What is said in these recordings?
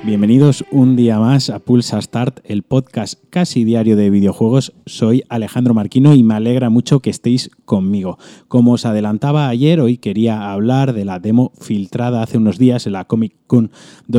Bienvenidos un día más a Pulsa Start, el podcast casi diario de videojuegos. Soy Alejandro Marquino y me alegra mucho que estéis conmigo. Como os adelantaba ayer, hoy quería hablar de la demo filtrada hace unos días en la Comic Con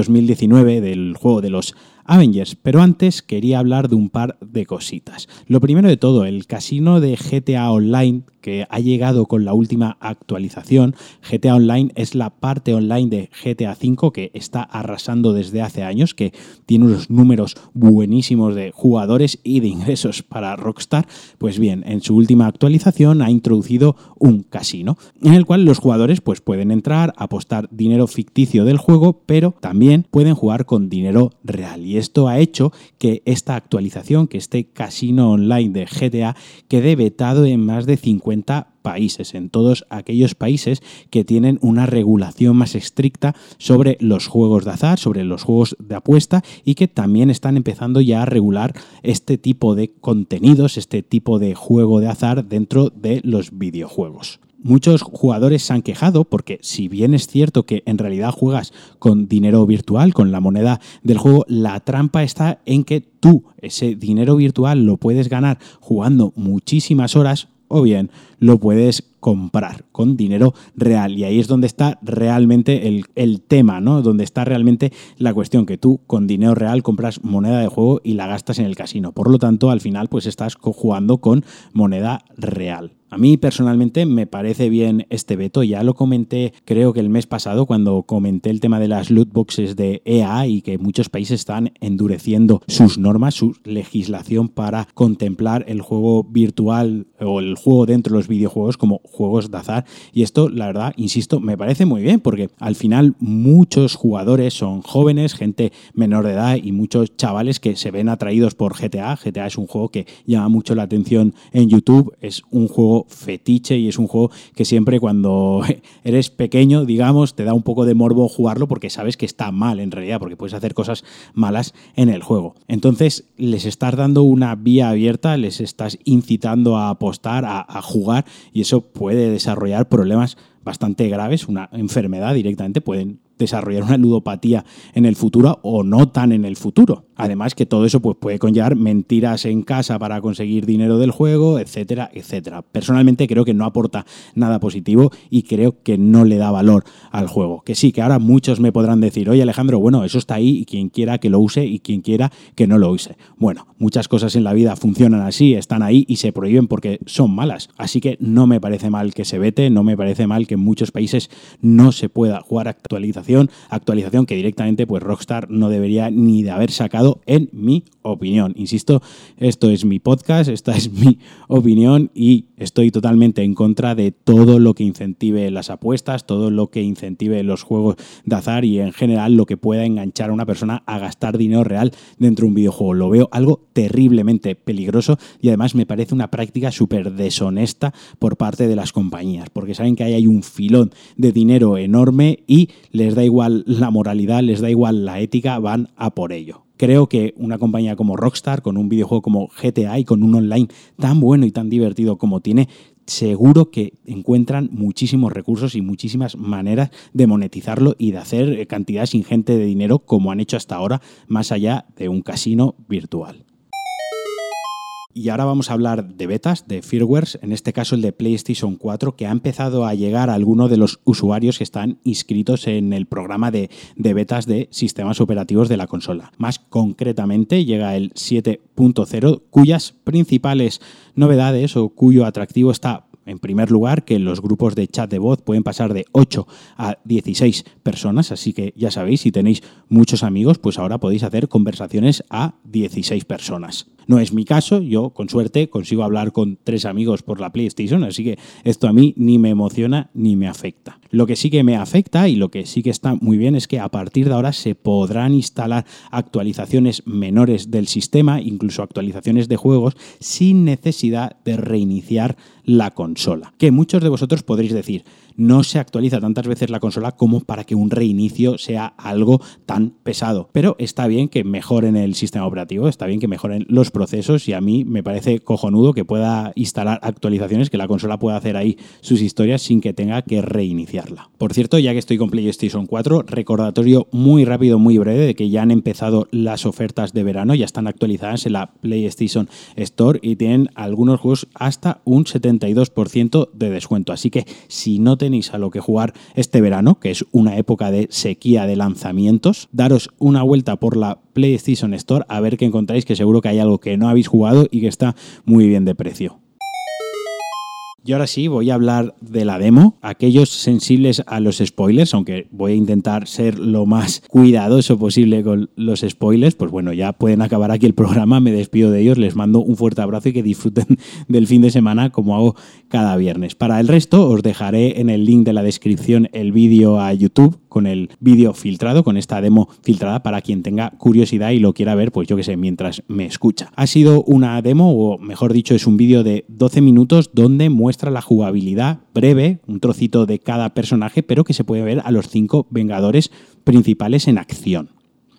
2019 del juego de los Avengers, pero antes quería hablar de un par de cositas. Lo primero de todo, el casino de GTA Online que ha llegado con la última actualización. GTA Online es la parte online de GTA V que está arrasando desde hace años, que tiene unos números buenísimos de jugadores y de ingresos para Rockstar. Pues bien, en su última actualización ha introducido un casino en el cual los jugadores pues pueden entrar, apostar dinero ficticio del juego, pero también pueden jugar con dinero real. Y esto ha hecho que esta actualización, que este casino online de GTA, quede vetado en más de 50 países, en todos aquellos países que tienen una regulación más estricta sobre los juegos de azar, sobre los juegos de apuesta, y que también están empezando ya a regular este tipo de contenidos, este tipo de juego de azar dentro de los videojuegos. Muchos jugadores se han quejado porque, si bien es cierto que en realidad juegas con dinero virtual, con la moneda del juego, la trampa está en que tú ese dinero virtual lo puedes ganar jugando muchísimas horas, o bien lo puedes comprar con dinero real. Y ahí es donde está realmente el tema, ¿no? Donde está realmente la cuestión, que tú con dinero real compras moneda de juego y la gastas en el casino. Por lo tanto, al final pues estás jugando con moneda real. A mí personalmente me parece bien este veto, ya lo comenté creo que el mes pasado cuando comenté el tema de las loot boxes de EA y que muchos países están endureciendo sus normas, su legislación para contemplar el juego virtual o el juego dentro de los videojuegos como juegos de azar. Y esto, la verdad, insisto, me parece muy bien porque al final muchos jugadores son jóvenes, gente menor de edad y muchos chavales que se ven atraídos por GTA. GTA es un juego que llama mucho la atención en YouTube, es un juego fetiche y es un juego que siempre cuando eres pequeño, digamos, te da un poco de morbo jugarlo porque sabes que está mal en realidad, porque puedes hacer cosas malas en el juego. Entonces les estás dando una vía abierta, les estás incitando a apostar, a jugar, y eso puede desarrollar problemas bastante graves, una enfermedad directamente, pueden desarrollar una ludopatía en el futuro o no tan en el futuro. Además que todo eso pues, puede conllevar mentiras en casa para conseguir dinero del juego, etcétera, etcétera. Personalmente creo que no aporta nada positivo y creo que no le da valor al juego. Que sí, que ahora muchos me podrán decir, oye Alejandro, bueno, eso está ahí y quien quiera que lo use y quien quiera que no lo use. Bueno, muchas cosas en la vida funcionan así, están ahí y se prohíben porque son malas. Así que no me parece mal que se vete, no me parece mal que en muchos países no se pueda jugar actualización que directamente pues Rockstar no debería ni de haber sacado, en mi opinión. Insisto, esto es mi podcast, esta es mi opinión y estoy totalmente en contra de todo lo que incentive las apuestas, todo lo que incentive los juegos de azar y en general lo que pueda enganchar a una persona a gastar dinero real dentro de un videojuego. Lo veo algo terriblemente peligroso y además me parece una práctica súper deshonesta por parte de las compañías, porque saben que ahí hay un filón de dinero enorme y les da igual la moralidad, les da igual la ética, van a por ello. Creo que una compañía como Rockstar, con un videojuego como GTA y con un online tan bueno y tan divertido como tiene, seguro que encuentran muchísimos recursos y muchísimas maneras de monetizarlo y de hacer cantidades ingentes de dinero como han hecho hasta ahora, más allá de un casino virtual. Y ahora vamos a hablar de betas, de firmwares, en este caso el de PlayStation 4, que ha empezado a llegar a algunos de los usuarios que están inscritos en el programa de betas de sistemas operativos de la consola. Más concretamente llega el 7.0, cuyas principales novedades o cuyo atractivo está, en primer lugar, que los grupos de chat de voz pueden pasar de 8 a 16 personas, así que ya sabéis, si tenéis muchos amigos, pues ahora podéis hacer conversaciones a 16 personas. No es mi caso, yo con suerte consigo hablar con 3 amigos por la PlayStation, así que esto a mí ni me emociona ni me afecta. Lo que sí que me afecta y lo que sí que está muy bien es que a partir de ahora se podrán instalar actualizaciones menores del sistema, incluso actualizaciones de juegos, sin necesidad de reiniciar la consola. Que muchos de vosotros podréis decir, no se actualiza tantas veces la consola como para que un reinicio sea algo tan pesado. Pero está bien que mejoren el sistema operativo, está bien que mejoren los procesos y a mí me parece cojonudo que pueda instalar actualizaciones, que la consola pueda hacer ahí sus historias sin que tenga que reiniciarla. Por cierto, ya que estoy con PlayStation 4, recordatorio muy rápido, muy breve de que ya han empezado las ofertas de verano, ya están actualizadas en la PlayStation Store y tienen algunos juegos hasta un 72% de descuento. Así que si no tenéis a lo que jugar este verano, que es una época de sequía de lanzamientos, daros una vuelta por la PlayStation Store a ver qué encontráis, que seguro que hay algo que no habéis jugado y que está muy bien de precio. Y ahora sí, voy a hablar de la demo. Aquellos sensibles a los spoilers, aunque voy a intentar ser lo más cuidadoso posible con los spoilers, pues bueno, ya pueden acabar aquí el programa, me despido de ellos, les mando un fuerte abrazo y que disfruten del fin de semana como hago cada viernes. Para el resto, os dejaré en el link de la descripción el vídeo a YouTube con el vídeo filtrado, con esta demo filtrada para quien tenga curiosidad y lo quiera ver, pues yo que sé, mientras me escucha. Ha sido una demo, o mejor dicho, es un vídeo de 12 minutos donde muestra la jugabilidad breve, un trocito de cada personaje, pero que se puede ver a los 5 Vengadores principales en acción.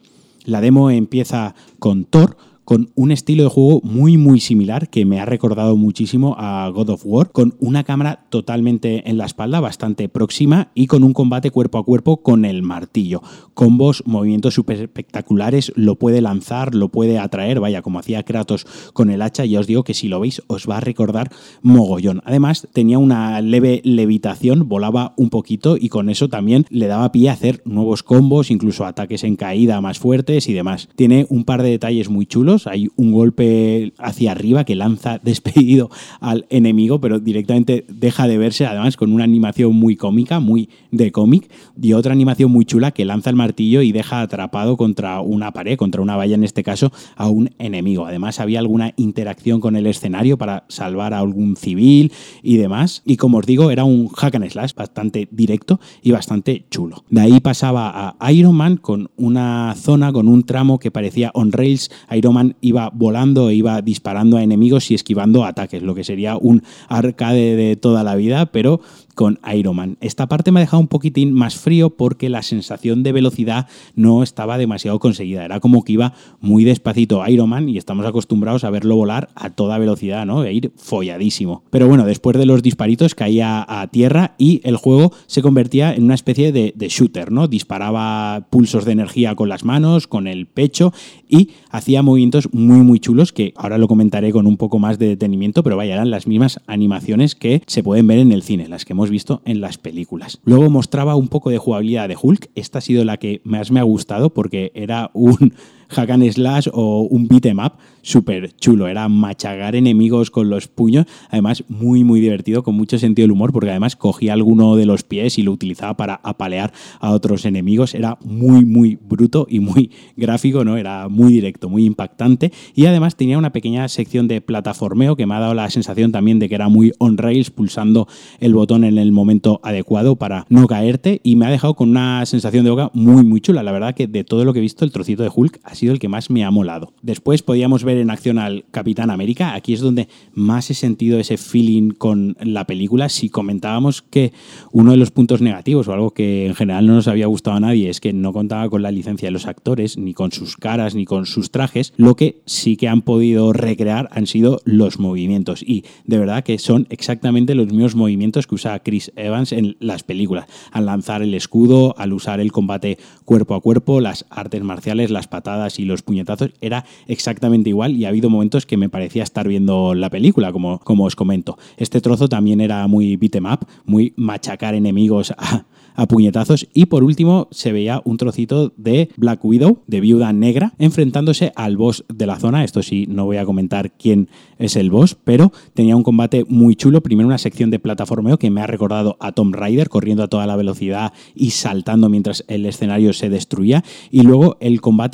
La demo empieza con Thor, con un estilo de juego muy similar que me ha recordado muchísimo a God of War, con una cámara totalmente en la espalda, bastante próxima y con un combate cuerpo a cuerpo con el martillo. Combos, movimientos súper espectaculares, lo puede lanzar, lo puede atraer, vaya, como hacía Kratos con el hacha, ya os digo que si lo veis os va a recordar mogollón. Además tenía una leve levitación, volaba un poquito y con eso también le daba pie a hacer nuevos combos, incluso ataques en caída más fuertes y demás. Tiene un par de detalles muy chulos. Hay un golpe hacia arriba que lanza despedido al enemigo, pero directamente deja de verse, además con una animación muy cómica, muy de cómic, y otra animación muy chula que lanza el martillo y deja atrapado contra una pared, contra una valla en este caso, a un enemigo. Además había alguna interacción con el escenario para salvar a algún civil y demás, y como os digo, era un hack and slash bastante directo y bastante chulo. De ahí pasaba a Iron Man con una zona, con un tramo que parecía on rails. Iron Man iba volando e iba disparando a enemigos y esquivando ataques, lo que sería un arcade de toda la vida, pero con Iron Man. Esta parte me ha dejado un poquitín más frío porque la sensación de velocidad no estaba demasiado conseguida. Era como que iba muy despacito Iron Man y estamos acostumbrados a verlo volar a toda velocidad, ¿no? E ir folladísimo. Pero bueno, después de los disparitos caía a tierra y el juego se convertía en una especie de shooter, ¿no? Disparaba pulsos de energía con las manos, con el pecho y hacía movimientos muy chulos que ahora lo comentaré con un poco más de detenimiento, pero vaya, eran las mismas animaciones que se pueden ver en el cine, las que hemos visto en las películas. Luego mostraba un poco de jugabilidad de Hulk. Esta ha sido la que más me ha gustado porque era un hack and slash o un beat 'em up súper chulo. Era machacar enemigos con los puños, además muy divertido, con mucho sentido del humor, porque además cogía alguno de los pies y lo utilizaba para apalear a otros enemigos. Era muy bruto y muy gráfico, ¿no? Era muy directo, muy impactante y además tenía una pequeña sección de plataformeo que me ha dado la sensación también de que era muy on rails, pulsando el botón en el momento adecuado para no caerte, y me ha dejado con una sensación de boca muy chula. La verdad que de todo lo que he visto, el trocito de Hulk ha sido el que más me ha molado. Después podíamos ver en acción al Capitán América. Aquí es donde más he sentido ese feeling con la película. Si comentábamos que uno de los puntos negativos o algo que en general no nos había gustado a nadie es que no contaba con la licencia de los actores, ni con sus caras, ni con sus trajes, lo que sí que han podido recrear han sido los movimientos, y de verdad que son exactamente los mismos movimientos que usa Chris Evans en las películas, al lanzar el escudo, al usar el combate cuerpo a cuerpo, las artes marciales, las patadas y los puñetazos. Era exactamente igual y ha habido momentos que me parecía estar viendo la película, como os comento. Este trozo también era muy beat 'em up, muy machacar enemigos a puñetazos, y por último se veía un trocito de Black Widow, de Viuda Negra, enfrentándose al boss de la zona. Esto sí, no voy a comentar quién es el boss, pero tenía un combate muy chulo. Primero una sección de plataformeo que me ha recordado a Tomb Raider, corriendo a toda la velocidad y saltando mientras el escenario se destruía, y luego el combate se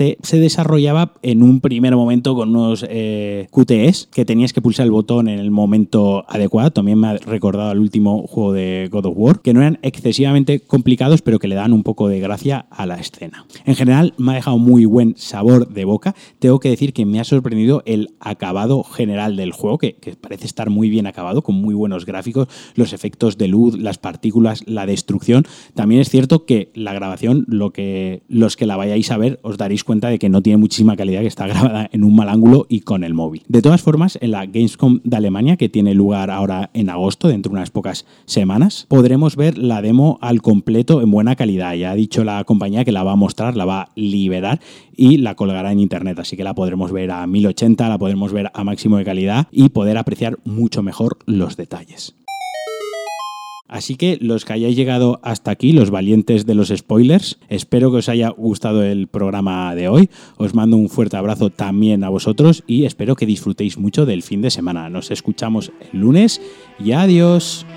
desarrollaba en un primer momento con unos QTEs que tenías que pulsar el botón en el momento adecuado. También me ha recordado al último juego de God of War, que no eran excesivamente complicados, pero que le dan un poco de gracia a la escena. En general, me ha dejado muy buen sabor de boca. Tengo que decir que me ha sorprendido el acabado general del juego, que parece estar muy bien acabado, con muy buenos gráficos, los efectos de luz, las partículas, la destrucción. También es cierto que la grabación, los que la vayáis a ver, os daréis cuenta de que no tiene muchísima calidad, que está grabada en un mal ángulo y con el móvil. De todas formas, en la Gamescom de Alemania, que tiene lugar ahora en agosto, dentro de unas pocas semanas, podremos ver la demo al completo en buena calidad. Ya ha dicho la compañía que la va a mostrar, la va a liberar y la colgará en internet, así que la podremos ver a 1080, la podremos ver a máximo de calidad y poder apreciar mucho mejor los detalles. Así que los que hayáis llegado hasta aquí, los valientes de los spoilers, espero que os haya gustado el programa de hoy. Os mando un fuerte abrazo también a vosotros y espero que disfrutéis mucho del fin de semana. Nos escuchamos el lunes y adiós.